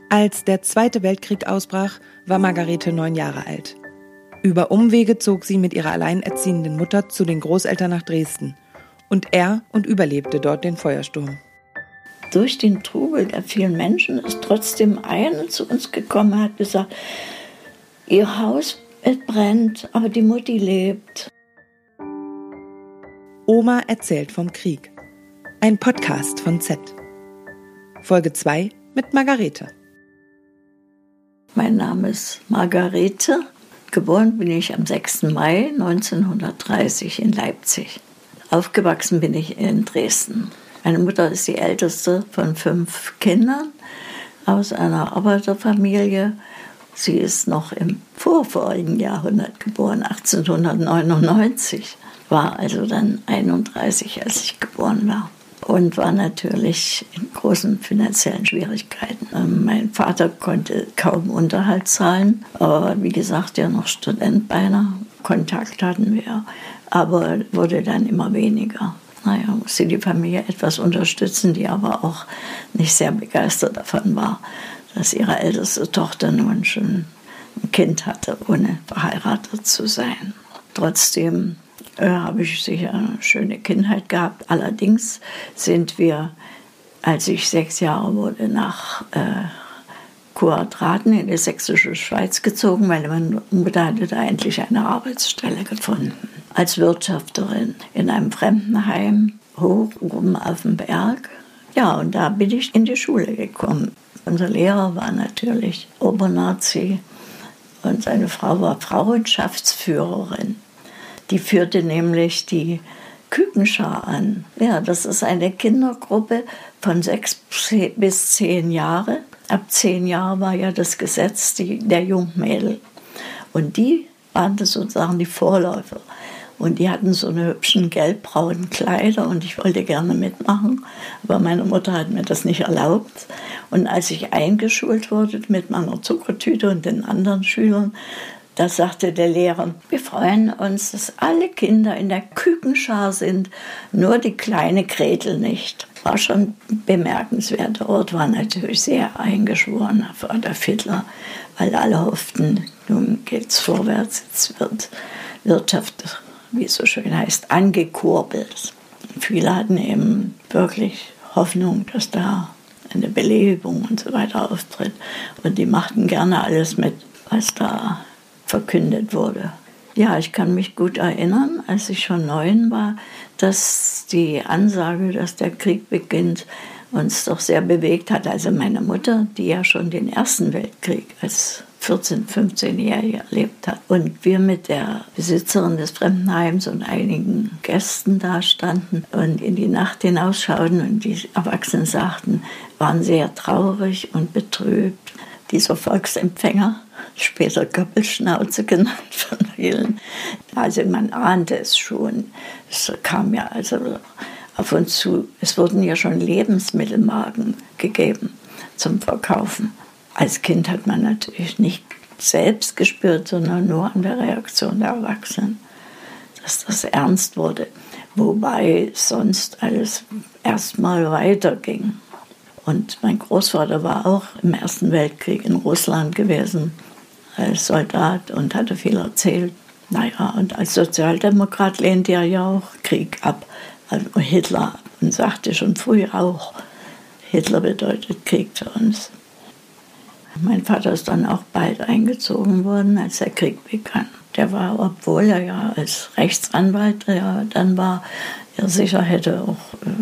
Als der Zweite Weltkrieg ausbrach, war Margarete 9 Jahre alt. Über Umwege zog sie mit ihrer alleinerziehenden Mutter zu den Großeltern nach Dresden. Und überlebte dort den Feuersturm. Durch den Trubel der vielen Menschen ist trotzdem eine zu uns gekommen und hat gesagt, ihr Haus brennt, aber die Mutti lebt. Oma erzählt vom Krieg. Ein Podcast von Z. Folge 2 mit Margarete. Mein Name ist Margarete. Geboren bin ich am 6. Mai 1930 in Leipzig. Aufgewachsen bin ich in Dresden. Meine Mutter ist die älteste von 5 Kindern aus einer Arbeiterfamilie. Sie ist noch im vorvorigen Jahrhundert geboren, 1899. War also dann 31, als ich geboren war. Und war natürlich in großen finanziellen Schwierigkeiten. Mein Vater konnte kaum Unterhalt zahlen, aber wie gesagt, ja noch Student beinahe. Kontakt hatten wir, aber wurde dann immer weniger. Musste die Familie etwas unterstützen, die aber auch nicht sehr begeistert davon war, dass ihre älteste Tochter nun schon ein Kind hatte, ohne verheiratet zu sein. Trotzdem habe ich sicher eine schöne Kindheit gehabt. Allerdings sind wir, als ich 6 Jahre wurde, nach Kuadraten in die sächsische Schweiz gezogen, weil meine Mutter hatte da endlich eine Arbeitsstelle gefunden. Als Wirtschafterin in einem Fremdenheim, hoch oben auf dem Berg. Ja, und da bin ich in die Schule gekommen. Unser Lehrer war natürlich Obernazi und seine Frau war Frauenschaftsführerin. Die führte nämlich die Kükenschar an. Ja, das ist eine Kindergruppe von 6 bis 10 Jahre. Ab 10 Jahren war ja das Gesetz der Jungmädel. Und die waren das sozusagen die Vorläufer. Und die hatten so eine hübschen gelbbraunen Kleider und ich wollte gerne mitmachen. Aber meine Mutter hat mir das nicht erlaubt. Und als ich eingeschult wurde mit meiner Zuckertüte und den anderen Schülern, da sagte der Lehrer, wir freuen uns, dass alle Kinder in der Kükenschar sind, nur die kleine Gretel nicht. War schon bemerkenswert. Der Ort war natürlich sehr eingeschworen auf Adolf Hitler, weil alle hofften, nun geht's vorwärts, jetzt wird Wirtschaft, wie es so schön heißt, angekurbelt. Viele hatten eben wirklich Hoffnung, dass da eine Belebung und so weiter auftritt. Und die machten gerne alles mit, was da verkündet wurde. Ja, ich kann mich gut erinnern, als ich schon 9 war, dass die Ansage, dass der Krieg beginnt, uns doch sehr bewegt hat. Also meine Mutter, die ja schon den Ersten Weltkrieg als 14-, 15-Jährige erlebt hat. Und wir mit der Besitzerin des Fremdenheims und einigen Gästen da standen und in die Nacht hinausschauten und die Erwachsenen sagten, waren sehr traurig und betrübt. Dieser Volksempfänger, später Goppelschnauze genannt von vielen. Also man ahnte es schon. Es kam ja also auf uns zu. Es wurden ja schon Lebensmittelmarken gegeben zum Verkaufen. Als Kind hat man natürlich nicht selbst gespürt, sondern nur an der Reaktion der Erwachsenen, dass das ernst wurde. Wobei sonst alles erstmal weiterging. Und mein Großvater war auch im Ersten Weltkrieg in Russland gewesen als Soldat und hatte viel erzählt. Und als Sozialdemokrat lehnte er ja auch Krieg ab, also Hitler, und sagte schon früh auch, Hitler bedeutet Krieg für uns. Mein Vater ist dann auch bald eingezogen worden, als der Krieg begann. Der war, obwohl er ja als Rechtsanwalt dann war, er sicher hätte auch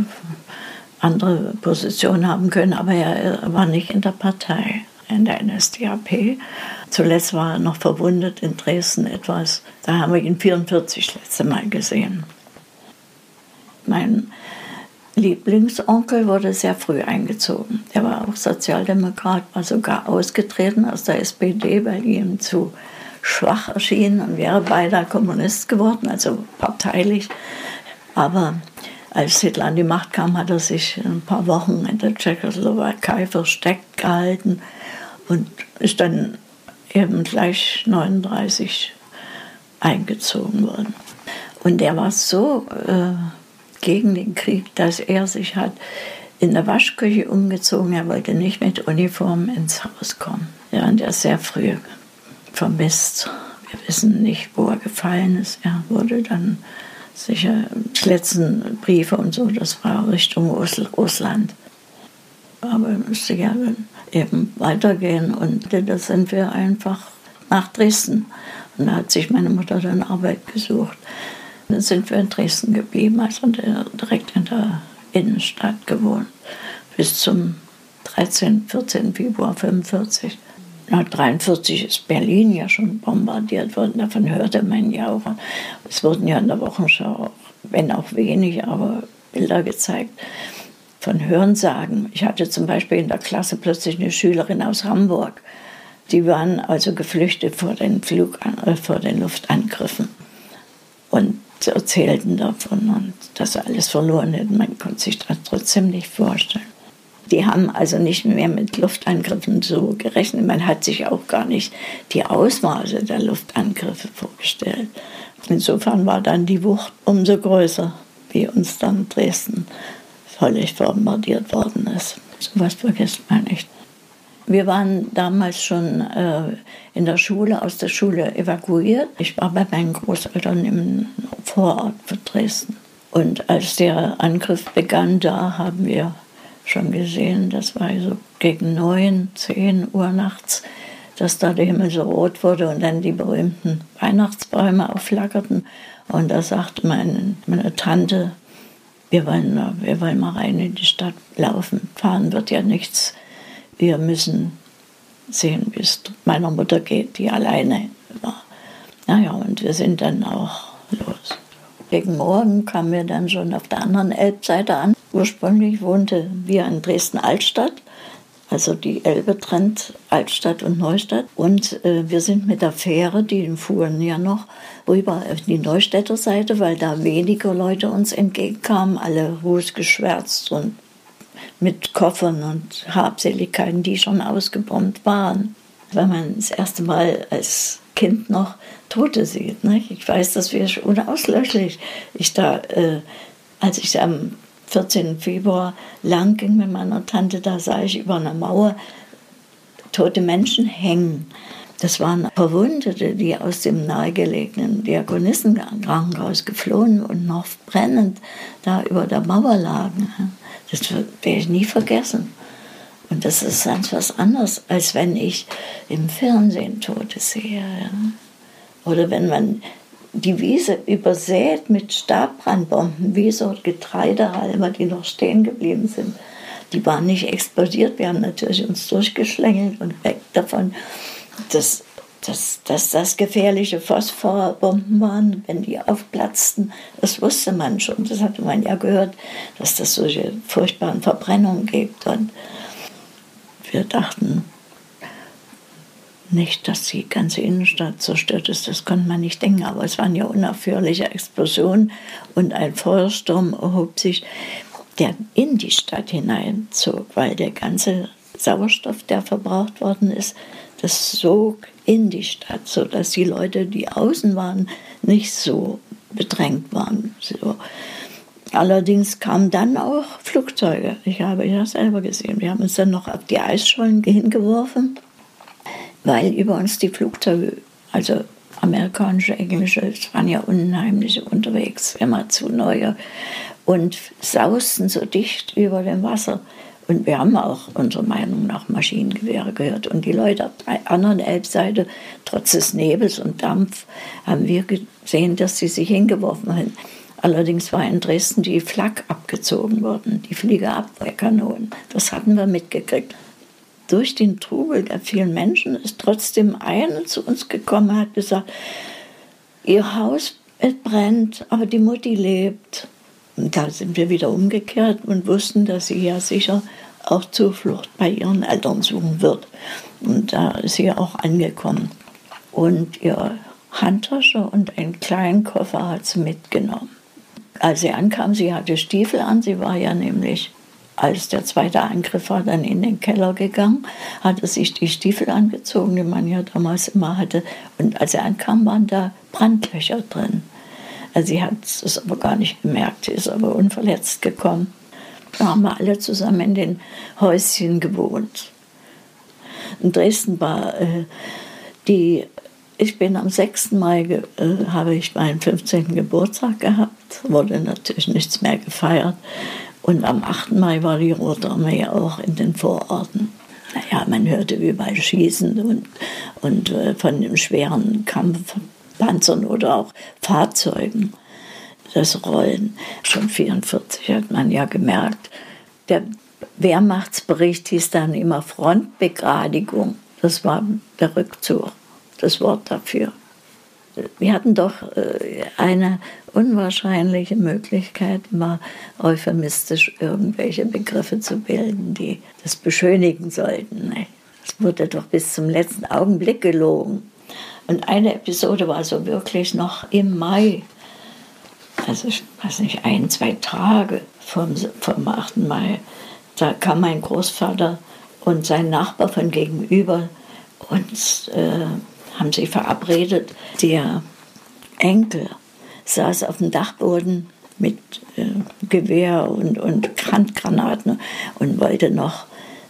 andere Positionen haben können, aber er war nicht in der Partei, in der NSDAP. Zuletzt war er noch verwundet in Dresden etwas. Da haben wir ihn 1944 das letzte Mal gesehen. Mein Lieblingsonkel wurde sehr früh eingezogen. Er war auch Sozialdemokrat, war sogar ausgetreten aus der SPD, weil ihm zu schwach erschien und wäre beinahe Kommunist geworden, also parteilich. Aber als Hitler an die Macht kam, hat er sich ein paar Wochen in der Tschechoslowakei versteckt gehalten und ist dann eben gleich 1939 eingezogen worden. Und er war so gegen den Krieg, dass er sich hat in der Waschküche umgezogen. Er wollte nicht mit Uniform ins Haus kommen. Ja, und er ist sehr früh vermisst. Wir wissen nicht, wo er gefallen ist. Er wurde dann sicher, die letzten Briefe und so, das war Richtung Russland. Aber er müsste ja dann eben weitergehen. Und da sind wir einfach nach Dresden. Und da hat sich meine Mutter dann Arbeit gesucht. Dann sind wir in Dresden geblieben, also direkt in der Innenstadt gewohnt. Bis zum 14. Februar 1945. 1943 ist Berlin ja schon bombardiert worden, davon hörte man ja auch. Es wurden ja in der Wochenschau, wenn auch wenig, aber Bilder gezeigt von Hörensagen. Ich hatte zum Beispiel in der Klasse plötzlich eine Schülerin aus Hamburg. Die waren also geflüchtet vor den Luftangriffen und erzählten davon und dass alles verloren hätten. Man konnte sich das trotzdem nicht vorstellen. Die haben also nicht mehr mit Luftangriffen so gerechnet. Man hat sich auch gar nicht die Ausmaße der Luftangriffe vorgestellt. Insofern war dann die Wucht umso größer, wie uns dann Dresden völlig bombardiert worden ist. So was vergisst man nicht. Wir waren damals schon in der Schule, aus der Schule evakuiert. Ich war bei meinen Großeltern im Vorort von Dresden. Und als der Angriff begann, da haben wir schon gesehen, das war so gegen 9, 10 Uhr nachts, dass da der Himmel so rot wurde und dann die berühmten Weihnachtsbäume aufflackerten. Und da sagte meine Tante, wir wollen mal rein in die Stadt laufen. Fahren wird ja nichts. Wir müssen sehen, wie es meiner Mutter geht, die alleine war. Naja, und wir sind dann auch los. Gegen Morgen kamen wir dann schon auf der anderen Elbseite an. Ursprünglich wohnten wir in Dresden-Altstadt, also die Elbe trennt Altstadt und Neustadt. Und wir sind mit der Fähre, die fuhren ja noch, rüber auf die Neustädter Seite, weil da weniger Leute uns entgegenkamen, alle rußgeschwärzt und mit Koffern und Habseligkeiten, die schon ausgebombt waren. Wenn man das erste Mal als Kind noch Tote sieht. Ne? Ich weiß, dass wir unauslöschlich, als ich am 14. Februar lang ging mit meiner Tante, da sah ich über einer Mauer tote Menschen hängen. Das waren Verwundete, die aus dem nahegelegenen Diakonissenkrankenhaus geflohen und noch brennend da über der Mauer lagen. Das werde ich nie vergessen. Und das ist ganz was anderes, als wenn ich im Fernsehen Tote sehe. Ja. Oder wenn man die Wiese übersät mit Stabbrandbomben, wie so Getreidehalme, die noch stehen geblieben sind. Die waren nicht explodiert, wir haben natürlich uns durchgeschlängelt und weg davon. Dass das gefährliche Phosphorbomben waren, wenn die aufplatzten, das wusste man schon. Das hatte man ja gehört, dass das solche furchtbaren Verbrennungen gibt. Und wir dachten nicht, dass die ganze Innenstadt zerstört ist, das konnte man nicht denken. Aber es waren ja unaufhörliche Explosionen und ein Feuersturm erhob sich, der in die Stadt hineinzog, weil der ganze Sauerstoff, der verbraucht worden ist, das sog in die Stadt, sodass die Leute, die außen waren, nicht so bedrängt waren. So. Allerdings kamen dann auch Flugzeuge. Ich habe das selber gesehen. Wir haben uns dann noch auf die Eisschollen hingeworfen, weil über uns die Flugzeuge, also amerikanische, englische, es waren ja unheimliche unterwegs, immer zu neue, und sausten so dicht über dem Wasser. Und wir haben auch unserer Meinung nach Maschinengewehre gehört. Und die Leute auf der anderen Elbseite, trotz des Nebels und Dampf, haben wir gesehen, dass sie sich hingeworfen haben. Allerdings war in Dresden die Flak abgezogen worden, die Fliegerabwehrkanonen. Das hatten wir mitgekriegt. Durch den Trubel der vielen Menschen ist trotzdem eine zu uns gekommen und hat gesagt, ihr Haus brennt, aber die Mutti lebt. Und da sind wir wieder umgekehrt und wussten, dass sie ja sicher auch Zuflucht bei ihren Eltern suchen wird. Und da ist sie auch angekommen. Und ihre Handtasche und einen kleinen Koffer hat sie mitgenommen. Als sie ankam, sie hatte Stiefel an, sie war ja nämlich, als der zweite Angriff war, dann in den Keller gegangen, hatte sich die Stiefel angezogen, die man ja damals immer hatte. Und als sie ankam, waren da Brandlöcher drin. Also sie hat es aber gar nicht gemerkt, sie ist aber unverletzt gekommen. Da haben wir alle zusammen in den Häuschen gewohnt. In Dresden war ich bin am 6. Mai, habe ich meinen 15. Geburtstag gehabt, wurde natürlich nichts mehr gefeiert. Und am 8. Mai war die Rote Armee auch in den Vororten. Naja, man hörte überall Schießen und von den schweren Kampfpanzern oder auch Fahrzeugen. Das Rollen. Schon 1944 hat man ja gemerkt, der Wehrmachtsbericht hieß dann immer Frontbegradigung. Das war der Rückzug, das Wort dafür. Wir hatten doch eine unwahrscheinliche Möglichkeit, mal euphemistisch irgendwelche Begriffe zu bilden, die das beschönigen sollten. Es wurde doch bis zum letzten Augenblick gelogen. Und eine Episode war so wirklich noch im Mai, also ich weiß nicht, 1-2 Tage vom 8. Mai, da kam mein Großvater und sein Nachbar von gegenüber und haben sich verabredet. Der Enkel saß auf dem Dachboden mit Gewehr und Handgranaten und wollte noch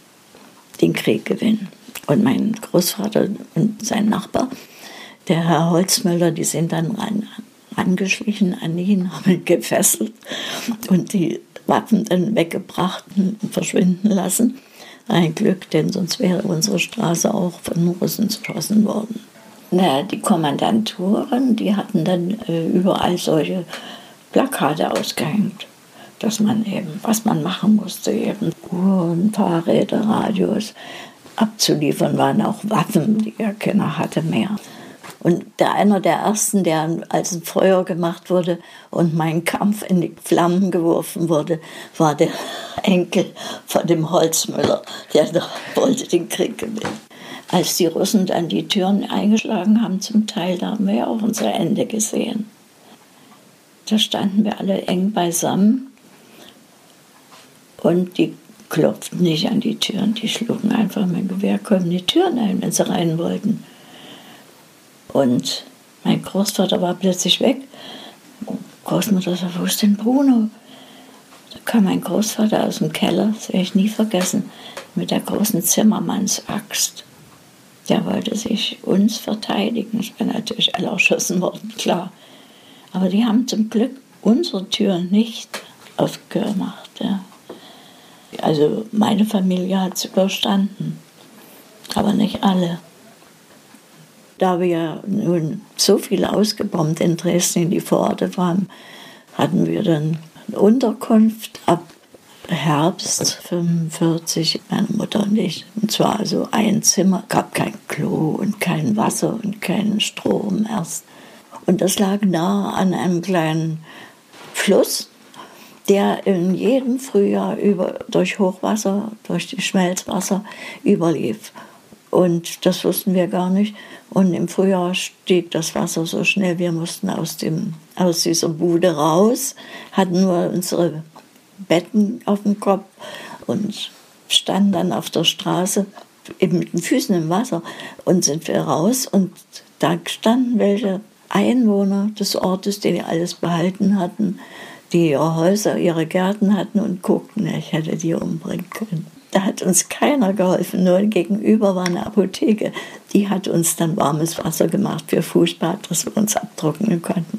den Krieg gewinnen. Und mein Großvater und sein Nachbar, der Herr Holzmüller, die sind dann angeschlichen an ihn, haben ihn gefesselt und die Waffen dann weggebracht und verschwinden lassen. Ein Glück, denn sonst wäre unsere Straße auch von den Russen zerschossen worden. Die Kommandanturen, die hatten dann überall solche Plakate ausgehängt, dass man eben, was man machen musste, eben Uhren, Fahrräder, Radios abzuliefern, waren auch Waffen, die ja keiner hatte mehr. Und einer der ersten, der als ein Feuer gemacht wurde und mein Kampf in die Flammen geworfen wurde, war der Enkel von dem Holzmüller, der wollte den Krieg gewinnen. Als die Russen dann die Türen eingeschlagen haben zum Teil, da haben wir ja auch unser Ende gesehen. Da standen wir alle eng beisammen und die klopften nicht an die Türen, die schlugen einfach mit dem Gewehrkolben die Türen ein, wenn sie rein wollten. Und mein Großvater war plötzlich weg. Großmutter sagte, wo ist denn Bruno? Da kam mein Großvater aus dem Keller, das werde ich nie vergessen, mit der großen Zimmermannsaxt. Der wollte sich uns verteidigen. Ich bin natürlich alle erschossen worden, klar. Aber die haben zum Glück unsere Türen nicht aufgemacht. Ja. Also meine Familie hat es überstanden, aber nicht alle. Da wir nun so viel ausgebombt in Dresden in die Vororte waren, hatten wir dann eine Unterkunft ab Herbst 1945, meine Mutter und ich. Und zwar also ein Zimmer, gab kein Klo und kein Wasser und keinen Strom erst. Und das lag nah an einem kleinen Fluss, der in jedem Frühjahr durch Hochwasser, durch die Schmelzwasser überlief. Und das wussten wir gar nicht. Und im Frühjahr stieg das Wasser so schnell, wir mussten aus dieser Bude raus, hatten nur unsere Betten auf dem Kopf und standen dann auf der Straße eben mit den Füßen im Wasser und sind wir raus. Und da standen welche Einwohner des Ortes, die alles behalten hatten, die ihre Häuser, ihre Gärten hatten und guckten, ich hätte die umbringen können. Da hat uns keiner geholfen, nur gegenüber war eine Apotheke. Die hat uns dann warmes Wasser gemacht für Fußbad, dass wir uns abtrocknen konnten.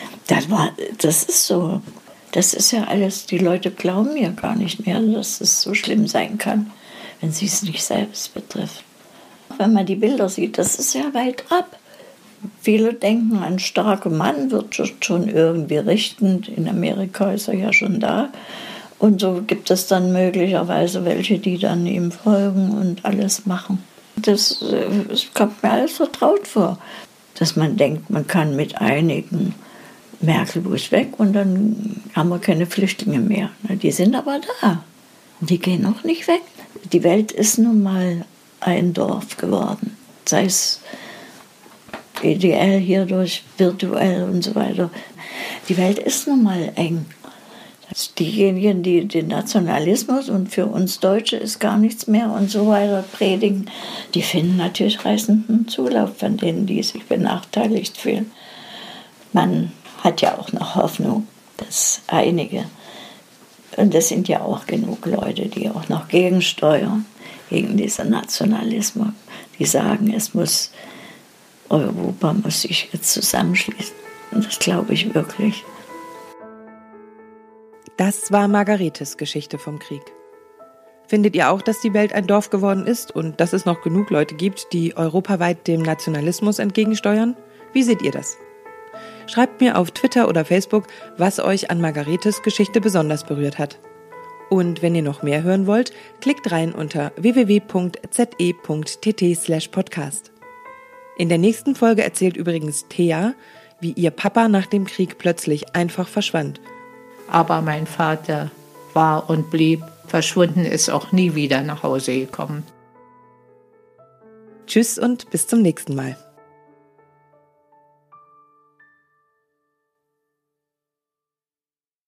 Das ist so. Das ist ja alles, die Leute glauben ja gar nicht mehr, dass es so schlimm sein kann, wenn sie es nicht selbst betrifft. Wenn man die Bilder sieht, das ist ja weit ab. Viele denken, ein starker Mann wird schon irgendwie richten. In Amerika ist er ja schon da. Und so gibt es dann möglicherweise welche, die dann ihm folgen und alles machen. Das kommt mir alles vertraut vor, dass man denkt, man kann mit einigen Merkel-Bus weg und dann haben wir keine Flüchtlinge mehr. Die sind aber da. Und die gehen auch nicht weg. Die Welt ist nun mal ein Dorf geworden. Sei es ideell hierdurch, virtuell und so weiter. Die Welt ist nun mal eng. Diejenigen, die den Nationalismus und für uns Deutsche ist gar nichts mehr und so weiter predigen, die finden natürlich reißenden Zulauf von denen, die sich benachteiligt fühlen. Man hat ja auch noch Hoffnung, dass einige Und es sind ja auch genug Leute, die auch noch gegensteuern, gegen diesen Nationalismus. Die sagen, Europa muss sich jetzt zusammenschließen. Und das glaube ich wirklich. Das war Margaretes Geschichte vom Krieg. Findet ihr auch, dass die Welt ein Dorf geworden ist und dass es noch genug Leute gibt, die europaweit dem Nationalismus entgegensteuern? Wie seht ihr das? Schreibt mir auf Twitter oder Facebook, was euch an Margaretes Geschichte besonders berührt hat. Und wenn ihr noch mehr hören wollt, klickt rein unter www.ze.tt/podcast. In der nächsten Folge erzählt übrigens Thea, wie ihr Papa nach dem Krieg plötzlich einfach verschwand. Aber mein Vater war und blieb verschwunden, ist auch nie wieder nach Hause gekommen. Tschüss und bis zum nächsten Mal.